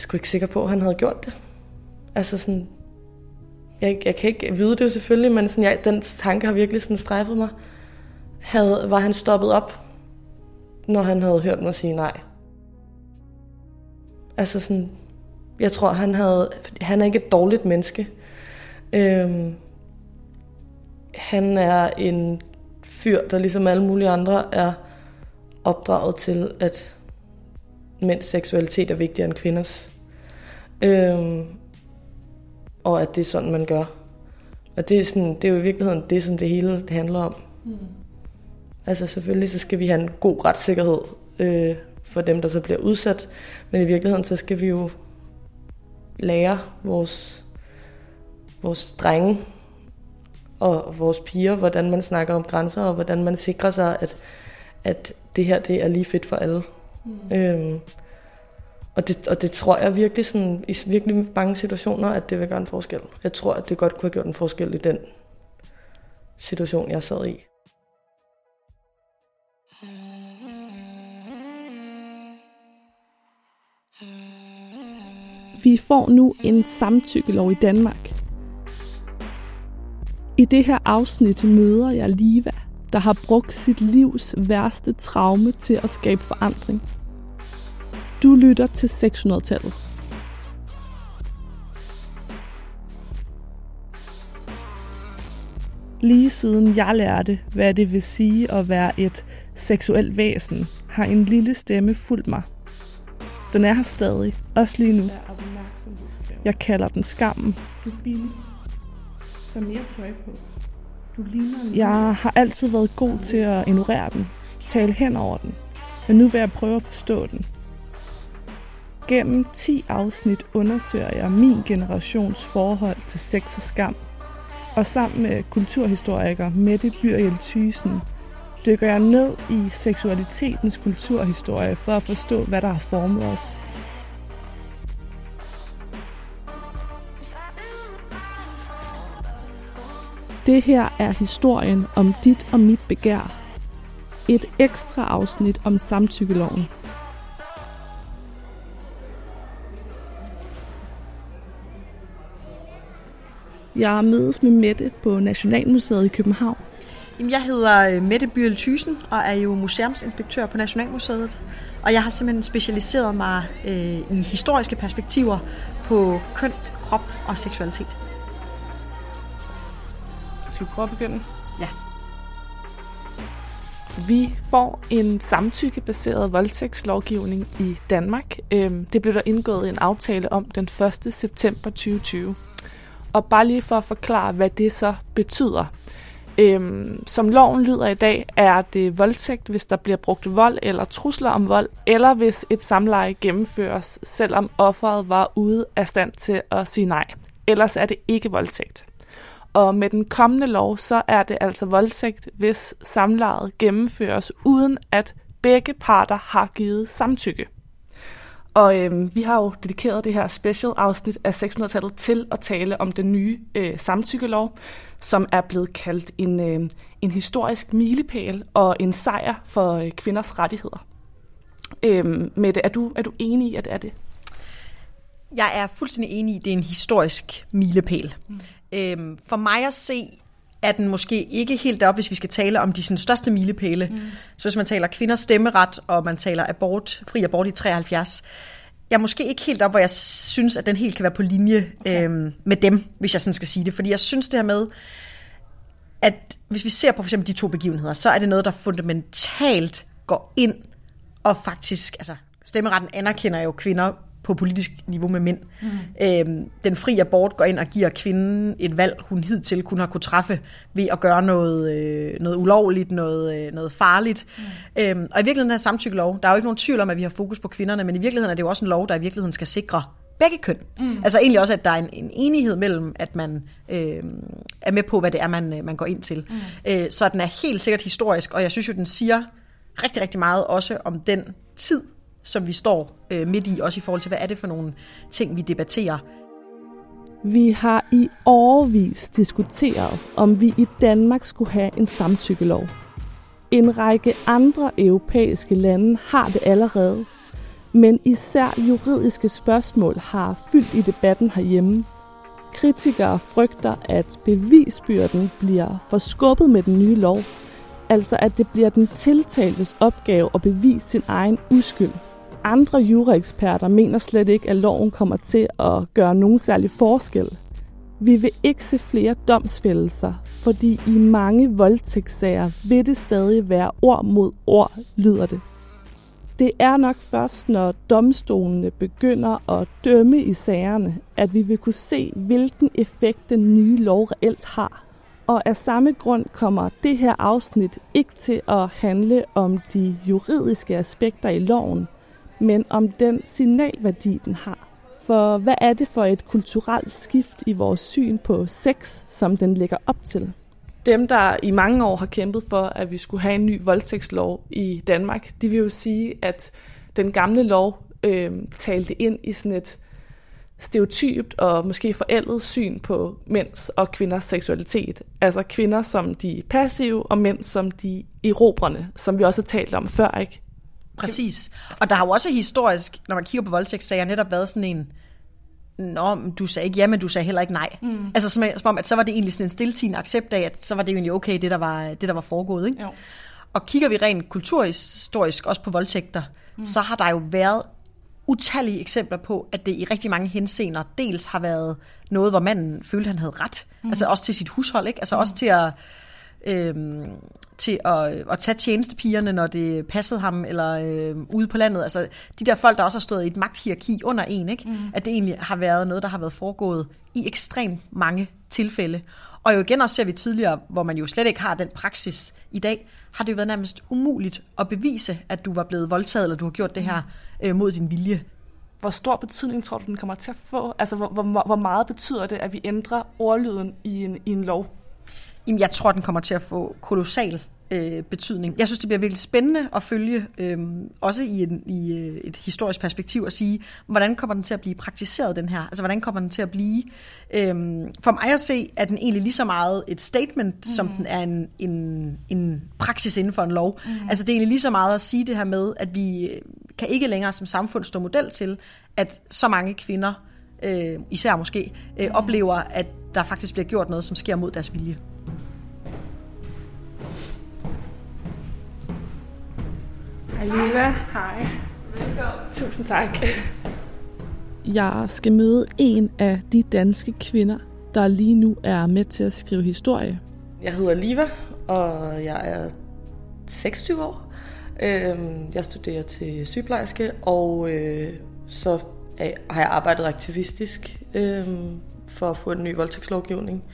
sgu ikke sikker på, at han havde gjort det. Altså sådan, jeg kan ikke vide det jo selvfølgelig, men sådan, den tanke har virkelig sådan strejfet mig. Var han stoppet op, når han havde hørt mig sige nej? Altså sådan, jeg tror, han er ikke et dårligt menneske. Han er en fyr, der ligesom alle mulige andre er opdraget til, at mænds seksualitet er vigtigere end kvinders. Og at det er sådan, man gør. Og det er jo i virkeligheden det, som det hele det handler om. Altså selvfølgelig så skal vi have en god retssikkerhed for dem, der så bliver udsat. Men i virkeligheden så skal vi jo lære vores drenge og vores piger, hvordan man snakker om grænser, og hvordan man sikrer sig, at det her det er lige fedt for alle. Og det tror jeg virkelig sådan, i virkelig mange situationer, at det vil gøre en forskel. Jeg tror, at det godt kunne have gjort en forskel i den situation, jeg sad i. Vi får nu en samtykkelov i Danmark. I det her afsnit møder jeg Liva, der har brugt sit livs værste traume til at skabe forandring. Du lytter til 600-tallet. Lige siden jeg lærte, hvad det vil sige at være et seksuelt væsen, har en lille stemme fulgt mig. Den er her stadig, også lige nu. Jeg kalder den skammen. Du er billig. Tag mere tøj på. Du ligner en... Jeg har altid været god til at ignorere den, tale hen over den, men nu vil jeg prøve at forstå den. Gennem 10 afsnit undersøger jeg min generations forhold til sex og skam, og sammen med kulturhistoriker Mette Byriel Thyssen dykker jeg ned i seksualitetens kulturhistorie for at forstå, hvad der har formet os. Det her er historien om dit og mit begær. Et ekstra afsnit om samtykkeloven. Jeg mødes med Mette på Nationalmuseet i København. Jeg hedder Mette Byriel Thyssen og er jo museumsinspektør på Nationalmuseet. Og jeg har simpelthen specialiseret mig i historiske perspektiver på køn, krop og seksualitet. Skal vi prøve at begynde? Ja. Vi får en samtykkebaseret voldtægtslovgivning i Danmark. Det blev der indgået en aftale om den 1. september 2020. Og bare lige for at forklare, hvad det så betyder. Som loven lyder i dag, er det voldtægt, hvis der bliver brugt vold eller trusler om vold, eller hvis et samleje gennemføres, selvom offeret var ude af stand til at sige nej. Ellers er det ikke voldtægt. Og med den kommende lov, så er det altså voldtægt, hvis samlejet gennemføres, uden at begge parter har givet samtykke. Og vi har jo dedikeret det her special afsnit af 600-tallet til at tale om den nye samtykkelov, som er blevet kaldt en historisk milepæl og en sejr for kvinders rettigheder. Mette, er du enig i, at det er det? Jeg er fuldstændig enig i, at det er en historisk milepæl. For mig at se, er den måske ikke helt deroppe, hvis vi skal tale om de sådan, største milepæle. Så hvis man taler kvinders stemmeret, og man taler fri abort i 73, jeg er måske ikke helt deroppe, hvor jeg synes, at den helt kan være på linje med dem, hvis jeg sådan skal sige det. Fordi jeg synes det her med, at hvis vi ser på for eksempel de 2 begivenheder, så er det noget, der fundamentalt går ind og faktisk, altså stemmeretten anerkender jo kvinder på politisk niveau med mænd. Den fri abort går ind og giver kvinden et valg, hun hidtil kun har kunne træffe ved at gøre noget ulovligt, noget farligt. Og i virkeligheden er samtykkelov, der er jo ikke nogen tvivl om, at vi har fokus på kvinderne, men i virkeligheden er det jo også en lov, der i virkeligheden skal sikre begge køn. Altså egentlig også, at der er en enighed mellem, at man er med på, hvad det er, man går ind til. Så den er helt sikkert historisk, og jeg synes jo, den siger rigtig, rigtig meget også om den tid, som vi står midt i, også i forhold til, hvad er det for nogle ting, vi debatterer. Vi har i årevis diskuteret, om vi i Danmark skulle have en samtykkelov. En række andre europæiske lande har det allerede. Men især juridiske spørgsmål har fyldt i debatten herhjemme. Kritikere frygter, at bevisbyrden bliver forskubbet med den nye lov. Altså at det bliver den tiltaltes opgave at bevise sin egen uskyld. Andre juraeksperter mener slet ikke, at loven kommer til at gøre nogen særlig forskel. Vi vil ikke se flere domsfældelser, fordi i mange voldtægtssager vil det stadig være ord mod ord, lyder det. Det er nok først, når domstolene begynder at dømme i sagerne, at vi vil kunne se, hvilken effekt den nye lov reelt har. Og af samme grund kommer det her afsnit ikke til at handle om de juridiske aspekter i loven, men om den signalværdi, den har. For hvad er det for et kulturelt skift i vores syn på sex, som den lægger op til? Dem, der i mange år har kæmpet for, at vi skulle have en ny voldtægtslov i Danmark, de vil jo sige, at den gamle lov talte ind i sådan et stereotypt og måske forældet syn på mænds og kvinders seksualitet. Altså kvinder som de passive, og mænd som de erobrende, som vi også har talt om før, ikke? Præcis. Og der har jo også historisk, når man kigger på voldtægtssager, netop været sådan en, nå, du sagde ikke ja, men du sagde heller ikke nej. Altså som om, at så var det egentlig sådan en stiltiende accept af, at så var det jo egentlig okay, det der var foregået, ikke? Jo. Og kigger vi rent kulturhistorisk også på voldtægter, så har der jo været utallige eksempler på, at det i rigtig mange henseender dels har været noget, hvor manden følte, han havde ret. Altså også til sit hushold, ikke? Altså også til at tage tjenestepigerne, når det passede ham, eller ude på landet. Altså de der folk, der også har stået i et magthierarki under en, ikke? At det egentlig har været noget, der har været foregået i ekstremt mange tilfælde. Og jo igen også ser vi tidligere, hvor man jo slet ikke har den praksis i dag, har det jo været nærmest umuligt at bevise, at du var blevet voldtaget, eller du har gjort det her mod din vilje. Hvor stor betydning tror du, den kommer til at få? Altså hvor meget betyder det, at vi ændrer ordlyden i en lov? Jamen, jeg tror, den kommer til at få kolossal betydning. Jeg synes, det bliver virkelig spændende at følge, også i et historisk perspektiv, at sige, hvordan kommer den til at blive praktiseret, den her? Altså, hvordan kommer den til at blive? For mig at se, er den egentlig lige så meget et statement, som den er en praksis inden for en lov. Altså, det er egentlig lige så meget at sige det her med, at vi kan ikke længere som samfund stå model til, at så mange kvinder, især måske, oplever, at der faktisk bliver gjort noget, som sker mod deres vilje. Hej Liva. Hej. Velkommen. Tusind tak. Jeg skal møde en af de danske kvinder, der lige nu er med til at skrive historie. Jeg hedder Liva, og jeg er 26 år. Jeg studerer til sygeplejerske, og så har jeg arbejdet aktivistisk for at få en ny voldtægtslovgivning.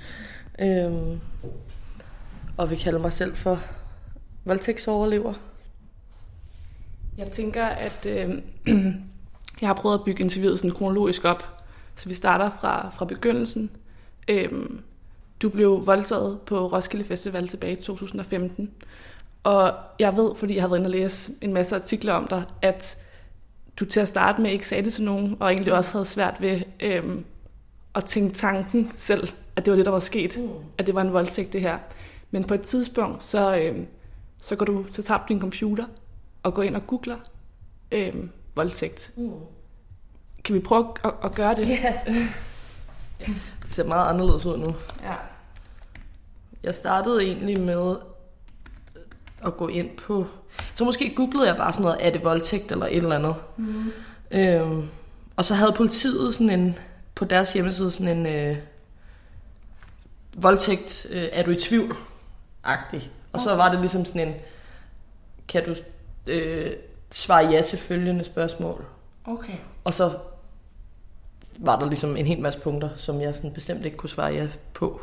Og vil kalde mig selv for voldtægtsoverlever. Jeg tænker, at jeg har prøvet at bygge interviewet sådan kronologisk op, så vi starter fra begyndelsen. Du blev voldtaget på Roskilde Festival tilbage i 2015, og jeg ved, fordi jeg har været inde og læse en masse artikler om dig, at du til at starte med ikke sagde det til nogen, og egentlig også havde svært ved at tænke tanken selv, at det var det, der var sket, at det var en voldtægt, det her. Men på et tidspunkt, så tager du din computer og går ind og googler voldtægt. Kan vi prøve at gøre det? Yeah. Det ser meget anderledes ud nu. Ja. Jeg startede egentlig med at gå ind på... Så måske googlede jeg bare sådan noget, er det voldtægt eller et eller andet. Og så havde politiet sådan en, på deres hjemmeside sådan en voldtægt, er du i tvivl-agtig. Og så var det ligesom sådan en, kan du svare ja til følgende spørgsmål. Okay. Og så var der ligesom en hel masse punkter, som jeg sådan bestemt ikke kunne svare ja på.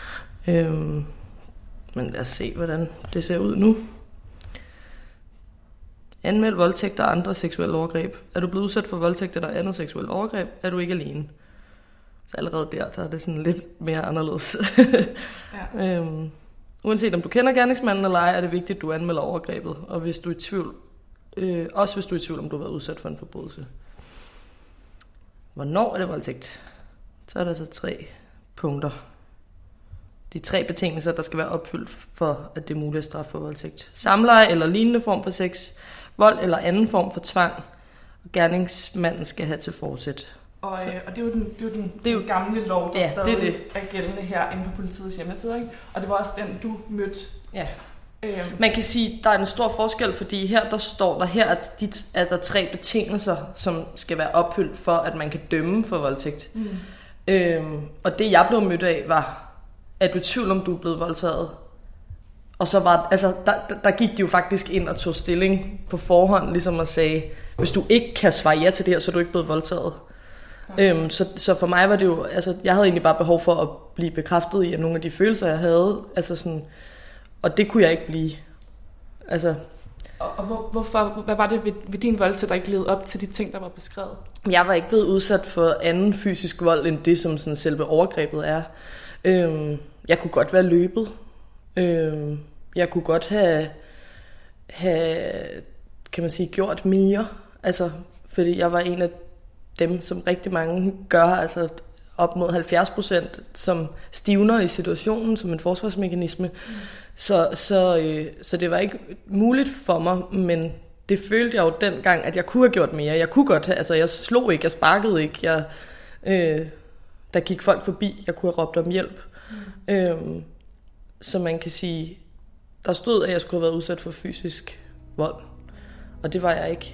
Men lad os se, hvordan det ser ud nu. Anmeld voldtægt og andre seksuelle overgreb. Er du blevet udsat for voldtægt eller andet seksuelt overgreb, er du ikke alene. Så allerede der er det sådan lidt mere anderledes. Ja. Uanset om du kender gerningsmanden eller ej, er det vigtigt, at du anmelder overgrebet. Og hvis du er i tvivl, også hvis du er i tvivl, om du har været udsat for en forbrydelse. Hvornår er det voldtægt? Så er der så 3 punkter. De 3 betingelser, der skal være opfyldt for, at det er muligt at straffe for voldtægt. Samleje eller lignende form for sex, vold eller anden form for tvang, og gerningsmanden skal have til forsæt. Og det er jo den gamle lov, der stadig er gældende her inde på politiets hjemmeside, ikke? Og det var også den, du mødte. Ja. Man kan sige, at der er en stor forskel, fordi her står der at der er 3 betingelser, som skal være opfyldt for, at man kan dømme for voldtægt. Og det, jeg blev mødt af, var, at du er i tvivl, om du er blevet voldtaget. Og så var, altså, der gik de jo faktisk ind og tog stilling på forhånd, ligesom at sige, hvis du ikke kan svare ja til det her, så er du ikke blevet voldtaget. Så for mig var det jo, altså, jeg havde egentlig bare behov for at blive bekræftet i, at nogle af de følelser, jeg havde, altså sådan, og det kunne jeg ikke blive. Altså. Og hvorfor, hvad var det ved din voldtægt, der ikke levede op til de ting, der var beskrevet? Jeg var ikke blevet udsat for anden fysisk vold, end det, som sådan selve overgrebet er. Jeg kunne godt være løbet. Jeg kunne godt have, kan man sige, gjort mere. Altså, fordi jeg var en af dem, som rigtig mange gør, altså op mod 70%, som stivner i situationen som en forsvarsmekanisme. Så det var ikke muligt for mig, men det følte jeg jo dengang, at jeg kunne have gjort mere. Jeg kunne godt have, altså jeg slog ikke, jeg sparkede ikke, der gik folk forbi, jeg kunne have råbt om hjælp. Så man kan sige, der stod, at jeg skulle have været udsat for fysisk vold, og det var jeg ikke.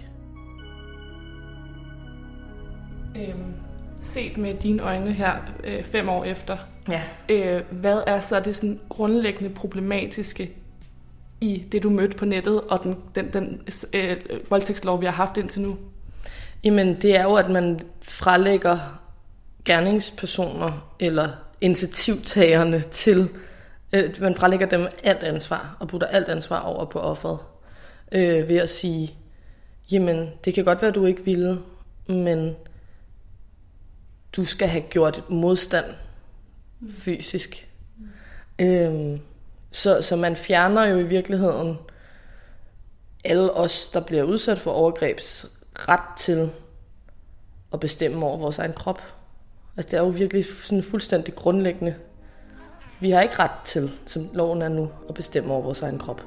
Set med dine øjne her 5 år efter, hvad er så det sådan grundlæggende problematiske i det, du mødte på nettet, og den voldtægtslov, vi har haft indtil nu? Jamen, det er jo, at man fralægger gerningspersoner eller initiativtagerne til, man fralægger dem alt ansvar, og putter alt ansvar over på offeret, ved at sige, jamen, det kan godt være, at du ikke ville, men du skal have gjort modstand fysisk. Så man fjerner jo i virkeligheden alle os, der bliver udsat for overgrebs, ret til at bestemme over vores egen krop. Altså det er jo virkelig sådan fuldstændig grundlæggende. Vi har ikke ret til, som loven er nu, at bestemme over vores egen krop.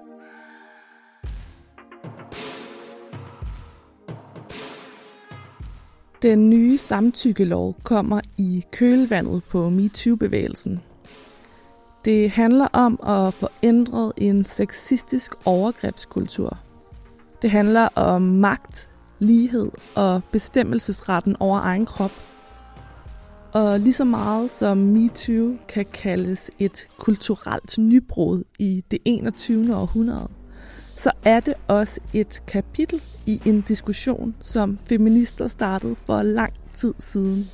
Den nye samtykkelov kommer i kølvandet på MeToo-bevægelsen. Det handler om at få ændret en sexistisk overgrebskultur. Det handler om magt, lighed og bestemmelsesretten over egen krop. Og lige så meget som MeToo kan kaldes et kulturelt nybrud i det 21. århundrede, så er det også et kapitel i en diskussion, som feminister startede for lang tid siden.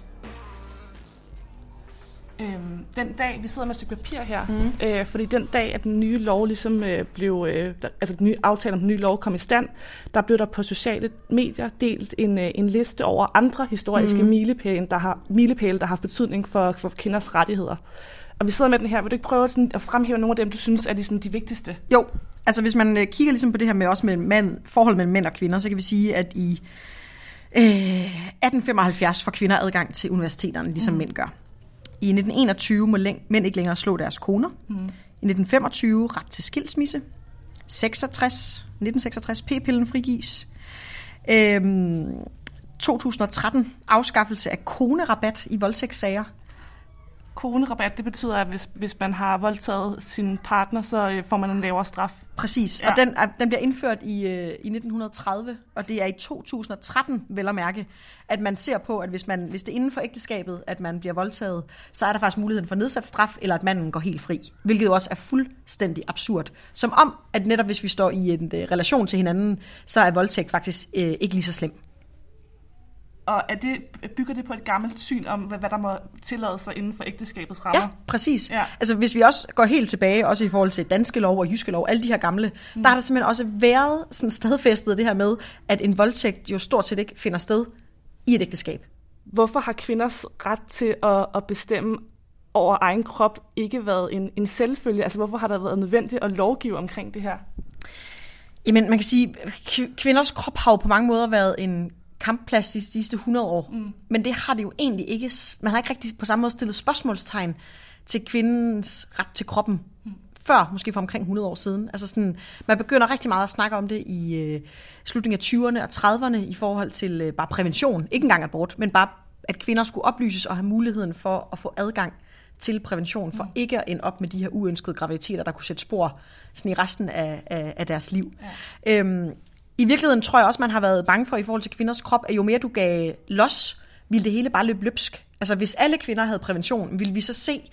Den dag, vi sidder med et stykke papir her, fordi den dag, at den nye lov ligesom altså den nye aftale om den nye lov kom i stand, der blev der på sociale medier delt en liste over andre historiske milepæle, der har haft betydning for kvinders rettigheder. Og vi sidder med den her. Vil du ikke prøve sådan at fremhæve nogle af dem, du synes er de vigtigste? Jo, altså hvis man kigger ligesom på det her med også med forhold mellem mænd og kvinder, så kan vi sige, at i 1875 får kvinder adgang til universiteterne, ligesom mænd gør. I 1921 må mænd ikke længere slå deres koner. I 1925 ret til skilsmisse. 1966 p-pillen frigives. 2013 afskaffelse af konerabat i voldtægtssager. Konerabat, det betyder, at hvis man har voldtaget sin partner, så får man en lavere straf. Præcis, ja. Og den bliver indført i 1930, og det er i 2013, vel at mærke, at man ser på, at hvis det er inden for ægteskabet, at man bliver voldtaget, så er der faktisk muligheden for nedsat straf, eller at manden går helt fri. Hvilket jo også er fuldstændig absurd. Som om, at netop hvis vi står i en relation til hinanden, så er voldtægt faktisk ikke lige så slem. Og bygger det på et gammelt syn om, hvad der må tillade sig inden for ægteskabets rammer? Ja, præcis. Ja. Altså hvis vi også går helt tilbage, også i forhold til danske lov og jyske lov, alle de her gamle, der har der simpelthen også været sådan stadfæstet det her med, at en voldtægt jo stort set ikke finder sted i et ægteskab. Hvorfor har kvinders ret til at bestemme over egen krop ikke været en selvfølge? Altså hvorfor har der været nødvendigt at lovgive omkring det her? Jamen man kan sige, kvinders krop har jo på mange måder været en kampplads de sidste 100 år. Men det har det jo egentlig ikke. Man har ikke rigtig på samme måde stillet spørgsmålstegn til kvindens ret til kroppen. før, måske for omkring 100 år siden. Altså sådan, man begynder rigtig meget at snakke om det i slutningen af 20'erne og 30'erne i forhold til bare prævention. Ikke engang abort, men bare at kvinder skulle oplyses og have muligheden for at få adgang til prævention, for ikke at ende op med de her uønskede graviditeter, der kunne sætte spor sådan i resten af deres liv. Ja. I virkeligheden tror jeg også, man har været bange for i forhold til kvinders krop, at jo mere du gav los, ville det hele bare løbe løbsk. Altså hvis alle kvinder havde prævention, ville vi så se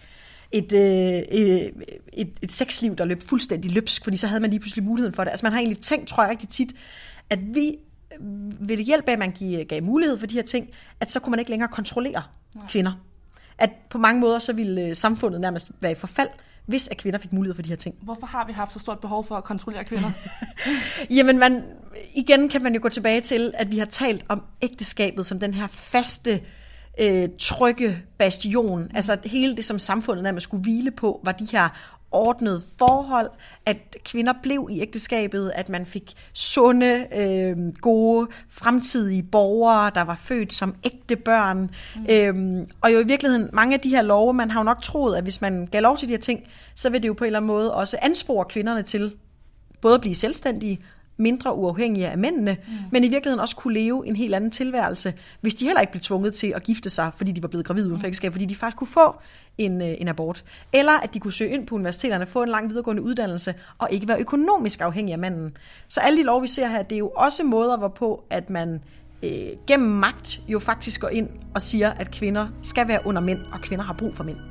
et sexliv, der løb fuldstændig løbsk, fordi så havde man lige pludselig muligheden for det. Altså man har egentlig tænkt, tror jeg rigtig tit, at vi ved hjælp af, at man gav mulighed for de her ting, at så kunne man ikke længere kontrollere kvinder. At på mange måder, så ville samfundet nærmest være i forfald, hvis at kvinder fik mulighed for de her ting. Hvorfor har vi haft så stort behov for at kontrollere kvinder? Jamen, igen kan man jo gå tilbage til, at vi har talt om ægteskabet som den her faste, trygge bastion. Altså hele det, som samfundet nærmest skulle hvile på, var de her ordnede forhold, at kvinder blev i ægteskabet, at man fik sunde, gode, fremtidige borgere, der var født som ægte børn. Og jo i virkeligheden, mange af de her love, man har jo nok troet, at hvis man gav lov til de her ting, så vil det jo på en eller anden måde også anspore kvinderne til både at blive selvstændige, mindre uafhængige af mændene, men i virkeligheden også kunne leve en helt anden tilværelse, hvis de heller ikke blev tvunget til at gifte sig, fordi de var blevet gravide uden for ægteskab, fordi de faktisk kunne få en abort. Eller at de kunne søge ind på universiteterne, få en lang videregående uddannelse, og ikke være økonomisk afhængig af manden. Så alle de lov, vi ser her, det er jo også måder, hvorpå at man gennem magt jo faktisk går ind og siger, at kvinder skal være under mænd, og kvinder har brug for mænd.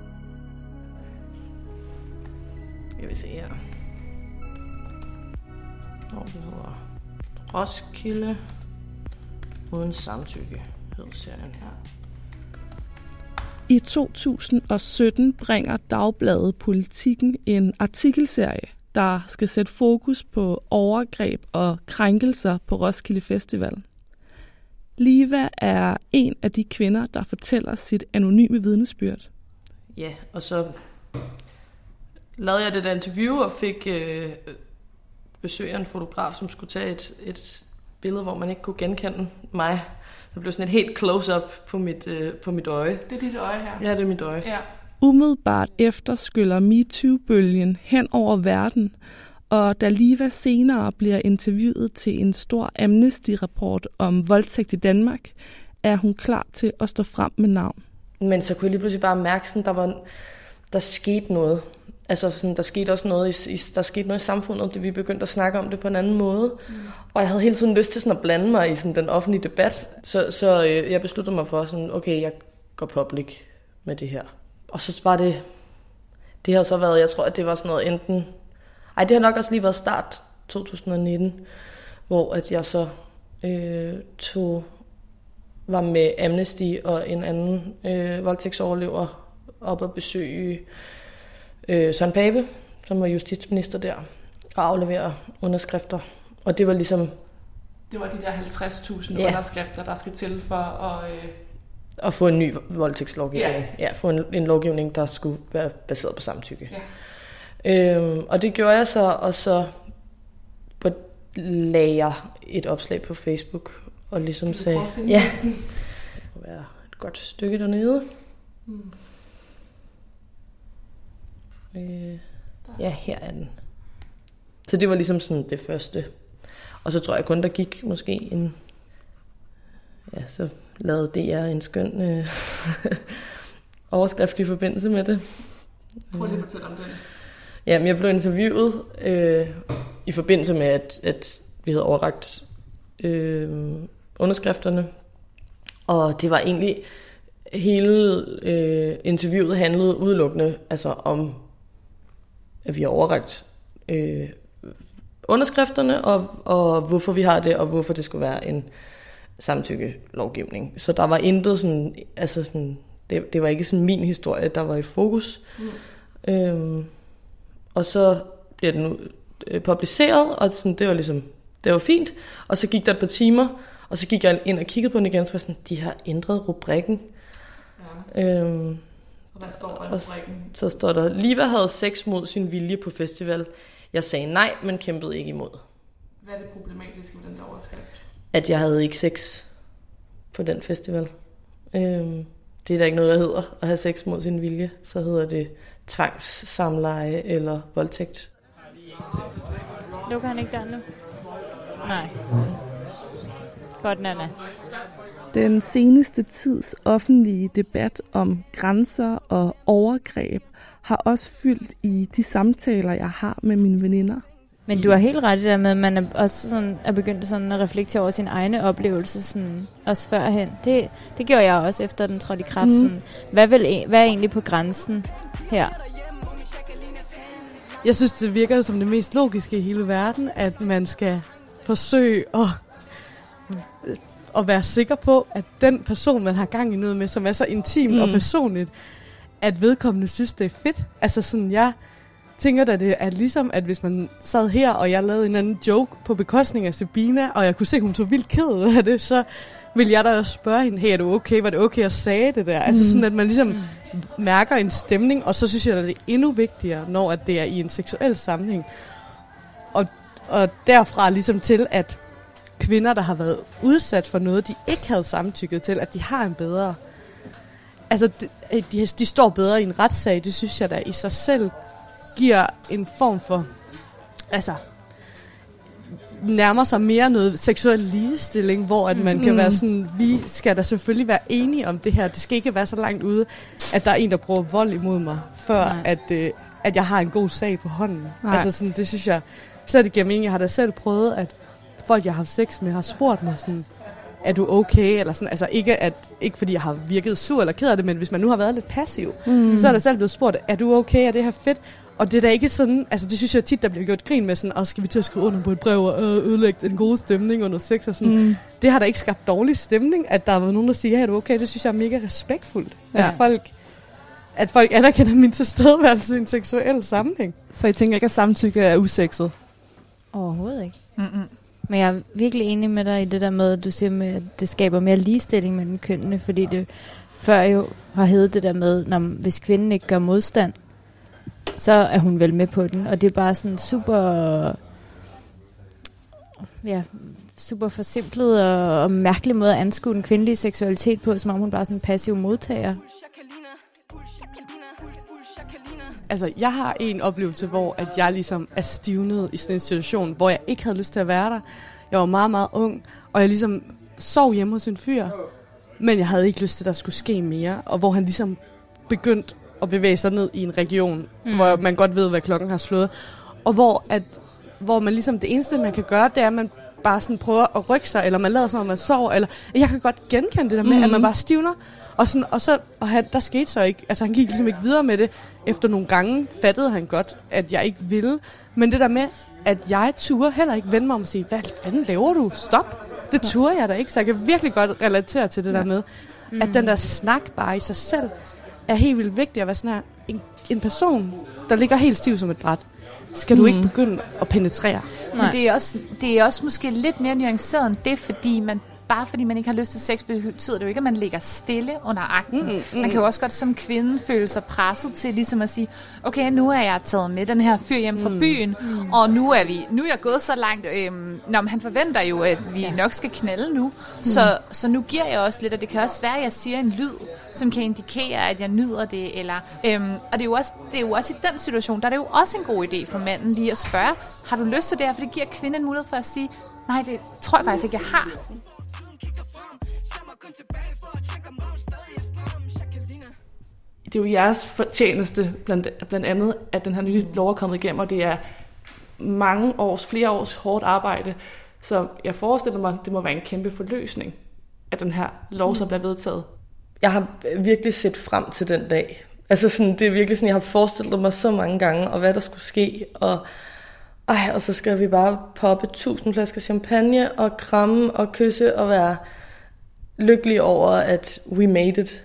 Jeg vil se her. Den hedder Roskilde uden samtykke, hedder serien her. I 2017 bringer Dagbladet Politikken en artikelserie, der skal sætte fokus på overgreb og krænkelser på Roskilde Festival. Liva er en af de kvinder, der fortæller sit anonyme vidnesbyrd. Ja, og så lavede jeg det der interview og fik besøg af en fotograf, som skulle tage et billede, hvor man ikke kunne genkende mig. Så blev sådan et helt close-up på mit øje. Det er dit øje her? Ja, det er mit øje. Ja. Umiddelbart efter skyller MeToo-bølgen hen over verden, og da Liva senere bliver interviewet til en stor Amnesty-rapport om voldtægt i Danmark, er hun klar til at stå frem med navn. Men så kunne jeg lige pludselig bare mærke, sådan, der skete noget. Altså sådan, der skete også noget i samfundet, det vi begyndte at snakke om det på en anden måde. Og jeg havde hele tiden lyst til sådan at blande mig i sådan den offentlige debat. Så jeg besluttede mig for sådan, okay, jeg går public med det her. Og så var det har så været, jeg tror, at det var sådan noget enten... det har nok også lige været start 2019, hvor at jeg så var med Amnesty og en anden voldtægtsoverlever op og besøge Søren Pape, som var justitsminister der, og aflevere underskrifter. Og det var ligesom... Det var de der 50.000 underskrifter, der skal til for at få en ny voldtægtslovgivning. Ja, få en lovgivning, der skulle være baseret på samtykke. Ja. Og det gjorde jeg så, og så lagde jeg et opslag på Facebook, og ligesom sagde... Ja, det må være et godt stykke dernede. Ja, her er den. Så det var ligesom sådan det første. Og så tror jeg kun, der gik måske en... Ja, så lavede DR en skøn overskrift i forbindelse med det. Prøv lige at fortælle om den. Jamen, jeg blev interviewet i forbindelse med, at vi havde overrakt underskrifterne. Og det var egentlig... Hele interviewet handlede udelukkende altså om, at vi har overrakt underskrifterne, og hvorfor vi har det, og hvorfor det skulle være en samtykkelovgivning. Så der var intet sådan, altså sådan, det var ikke sådan min historie, der var i fokus. Og så bliver den publiceret, og sådan, det var ligesom, det var fint. Og så gik der et par timer, og så gik jeg ind og kiggede på den igen, og så var sådan, de har ændret rubrikken. Hvad står der i rubrikken? Så står der, Liva havde sex mod sin vilje på festival. Jeg sagde nej, men kæmpede ikke imod. Hvad er det problematiske med den der overskrift? At jeg havde ikke sex på den festival. det er der ikke noget, der hedder at have sex mod sin vilje. Så hedder det tvangssamleje eller voldtægt. Lukker han ikke der nu? Nej. Godt, Nana. Den seneste tids offentlige debat om grænser og overgreb har også fyldt i de samtaler, jeg har med mine veninder. Men du har helt ret i det med, at man er også sådan, er begyndt sådan at reflektere over sin egne oplevelse, sådan, også førhen. Det gjorde jeg også, efter den trådte i kraft. Sådan, hvad er egentlig på grænsen her? Jeg synes, det virker som det mest logiske i hele verden, at man skal forsøge at være sikker på, at den person, man har gang i noget med, som er så intimt og personligt, at vedkommende synes, det er fedt. Altså sådan, jeg tænker da, det er ligesom, at hvis man sad her, og jeg lavede en anden joke på bekostning af Sabina, og jeg kunne se, at hun så vildt ked af det, så ville jeg da også spørge hende, hey, er du okay? Var det okay, at sagde det der? Altså sådan, at man ligesom mærker en stemning, og så synes jeg, at det er endnu vigtigere, når at det er i en seksuel sammenhæng. Og derfra ligesom til, at kvinder, der har været udsat for noget, de ikke havde samtykket til, at de har en bedre... Altså, de står bedre i en retssag, det synes jeg da i sig selv giver en form for... Altså, nærmer sig mere noget seksuel ligestilling, hvor at man kan være sådan, vi skal da selvfølgelig være enige om det her. Det skal ikke være så langt ude, at der er en, der bruger vold imod mig, før at jeg har en god sag på hånden. Nej. Altså sådan, det synes jeg slet ikke giver mening. Jeg har da selv prøvet, at folk, jeg har haft sex med, har spurgt mig sådan, er du okay? Eller sådan, altså ikke fordi jeg har virket sur eller ked af det, men hvis man nu har været lidt passiv, så er der selv blevet spurgt, er du okay? Er det her fedt? Og det er da ikke sådan, altså det synes jeg tit, der bliver gjort grin med sådan, skal vi til at skrive under på et brev og ødelægge en god stemning under sex og sådan. Det har da ikke skabt dårlig stemning, at der var nogen, der siger, er du okay? Det synes jeg er mega respektfuldt. Ja. At folk anerkender min tilstedeværelse i en seksuel sammenhæng. Så I tænker ikke, at samtykke er usekset? Overhovedet ikke. Men jeg er virkelig enig med dig i det der med, at du siger, med, at det skaber mere ligestilling mellem kønnene, fordi det før jo har heddet det der med, når hvis kvinden ikke gør modstand, så er hun vel med på den. Og det er bare sådan super forsimplet og mærkelig måde at anskue den kvindelige seksualitet på, som om hun bare er sådan en passiv modtager. Altså, jeg har en oplevelse, hvor at jeg ligesom er stivnet i sådan en situation, hvor jeg ikke havde lyst til at være der. Jeg var meget, meget ung, og jeg ligesom sov hjemme hos en fyr, men jeg havde ikke lyst til, at der skulle ske mere. Og hvor han ligesom begyndte at bevæge sig ned i en region, hvor man godt ved, hvad klokken har slået. Og hvor man ligesom, det eneste, man kan gøre, det er, at man bare sådan prøver at rykke sig, eller man lader som om man sover, eller jeg kan godt genkende det der med, at man bare stivner. Og der skete så ikke, altså han gik ligesom ikke videre med det. Efter nogle gange fattede han godt, at jeg ikke ville. Men det der med, at jeg turde heller ikke vende mig om og sige, hvad fanden laver du? Stop! Det turde jeg da ikke, så jeg kan virkelig godt relatere til det der med, at den der snak bare i sig selv er helt vildt vigtig at være sådan her. En person, der ligger helt stiv som et bræt, skal du ikke begynde at penetrere. Men det er også måske lidt mere nuanceret end det, fordi man ikke har lyst til sex, betyder det jo ikke, at man ligger stille under akten. Man kan jo også godt som kvinde føle sig presset til ligesom at sige, okay, nu er jeg taget med den her fyr hjem fra byen, og nu er jeg gået så langt, han forventer jo, at vi nok skal knalde nu, så nu giver jeg også lidt, og det kan også være, at jeg siger en lyd, som kan indikere, at jeg nyder det, eller, og det er jo også i den situation, der er det jo også en god idé for manden lige at spørge, har du lyst til det her, for det giver kvinden en mulighed for at sige, nej, det tror jeg faktisk ikke, jeg har. Det er jo jeres fortjeneste, blandt andet, at den her nye lov er kommet igennem, og det er flere års hårdt arbejde. Så jeg forestiller mig, det må være en kæmpe forløsning, at den her lov så bliver vedtaget. Jeg har virkelig set frem til den dag. Altså sådan, det er virkelig sådan, jeg har forestillet mig så mange gange, og hvad der skulle ske, og så skal vi bare poppe 1000 flasker champagne, og kramme og kysse, og være lykkelige over, at we made it.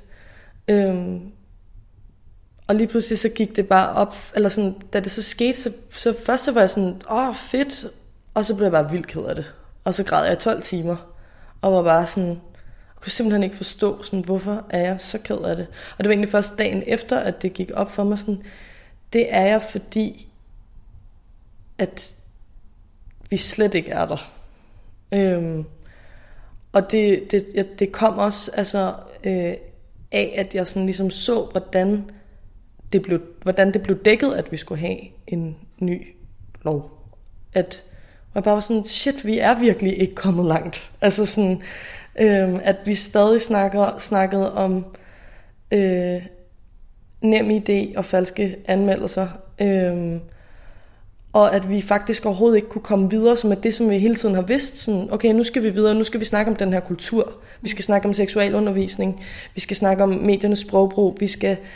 Og lige pludselig så gik det bare op, eller sådan, da det så skete, så først så var jeg sådan, fedt, og så blev jeg bare vildt ked af det. Og så græd jeg i 12 timer, og var bare sådan, kunne simpelthen ikke forstå, sådan, hvorfor er jeg så ked af det. Og det var egentlig først dagen efter, at det gik op for mig, sådan, det er jeg, fordi at vi slet ikke er der. Og det kom også, altså, af, at jeg sådan ligesom så, hvordan det blev dækket, at vi skulle have en ny lov. At jeg bare var sådan, shit, vi er virkelig ikke kommet langt. Altså sådan, at vi stadig snakkede om NemID og falske anmeldelser. Og at vi faktisk overhovedet ikke kunne komme videre, som er det, som vi hele tiden har vidst. Sådan, okay, nu skal vi videre, nu skal vi snakke om den her kultur. Vi skal snakke om seksualundervisning. Vi skal snakke om mediernes sprogbrug. Vi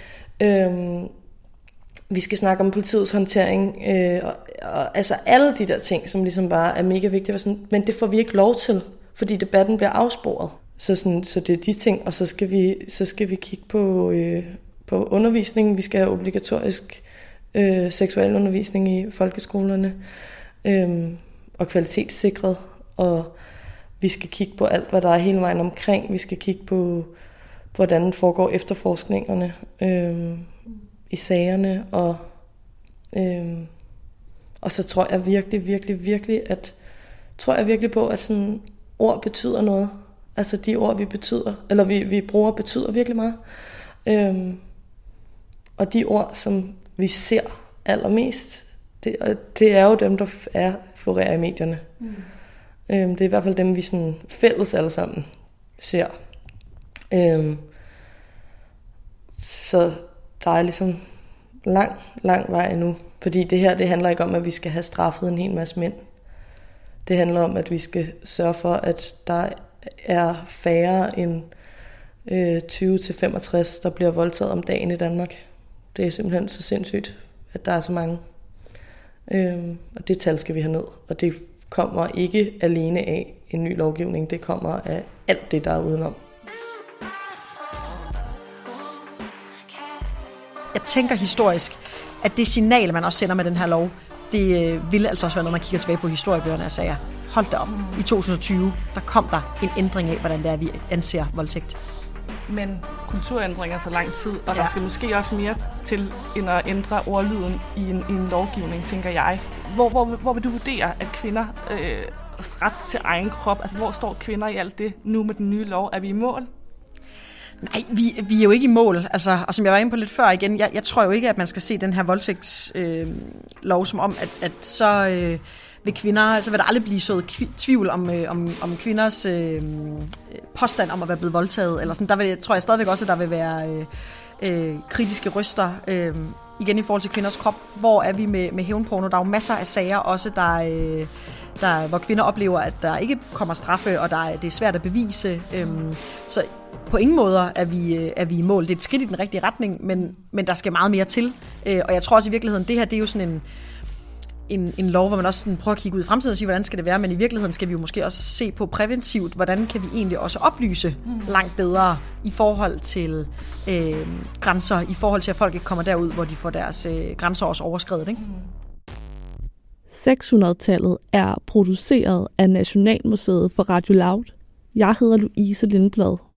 skal snakke om politiets håndtering. Og altså alle de der ting, som ligesom bare er mega vigtige. Sådan, men det får vi ikke lov til, fordi debatten bliver afsporet. Så det er de ting, og så skal vi kigge på undervisningen. Vi skal have obligatorisk seksualundervisning i folkeskolerne og kvalitetssikret, og vi skal kigge på alt, hvad der er hele vejen omkring. Vi skal kigge på, hvordan foregår efterforskningerne i sagerne, og så tror jeg virkelig på, at sådan, ord betyder noget. Altså de ord, vi bruger, betyder virkelig meget. Og de ord, som vi ser allermest, det er jo dem, der florerer i medierne. Det er i hvert fald dem, vi sådan fælles alle sammen ser. Så der er ligesom lang vej endnu. Fordi det her, det handler ikke om, at vi skal have straffet en hel masse mænd. Det handler om, at vi skal sørge for, at der er færre end 20-65, der bliver voldtaget om dagen i Danmark. Det er simpelthen så sindssygt, at der er så mange. Og det tal skal vi have ned. Og det kommer ikke alene af en ny lovgivning. Det kommer af alt det, der er udenom. Jeg tænker historisk, at det signal, man også sender med den her lov, det vil altså også være, når man kigger tilbage på historiebøgerne og siger, hold da op, i 2020, der kom der en ændring af, hvordan det er, vi anser voldtægt. Men kulturændringer så lang tid, og der skal måske også mere til, end at ændre ordlyden i en lovgivning, tænker jeg. Hvor vil du vurdere, at kvinder ret til egen krop, altså hvor står kvinder i alt det nu med den nye lov? Er vi i mål? Nej, vi er jo ikke i mål. Altså, og som jeg var inde på lidt før igen, jeg tror jo ikke, at man skal se den her voldtægtslov som om, at så vil kvinder, så vil der aldrig blive sået tvivl om kvinders påstand om at være blevet voldtaget. Eller sådan. Tror jeg stadigvæk også, at der vil være kritiske røster igen i forhold til kvinders krop. Hvor er vi med hævnporno? Der er jo masser af sager også, hvor kvinder oplever, at der ikke kommer straffe, og det er svært at bevise. Så på ingen måder er vi i mål. Det er et skridt i den rigtige retning, men der skal meget mere til. Og jeg tror også i virkeligheden, det her det er jo sådan en lov, hvor man også sådan prøver at kigge ud i fremtiden og sige, hvordan skal det være, men i virkeligheden skal vi jo måske også se på præventivt, hvordan kan vi egentlig også oplyse langt bedre i forhold til grænser, i forhold til, at folk ikke kommer derud, hvor de får deres grænser også overskredet, ikke? 600-tallet er produceret af Nationalmuseet for Radio Loud. Jeg hedder Louise Lindblad.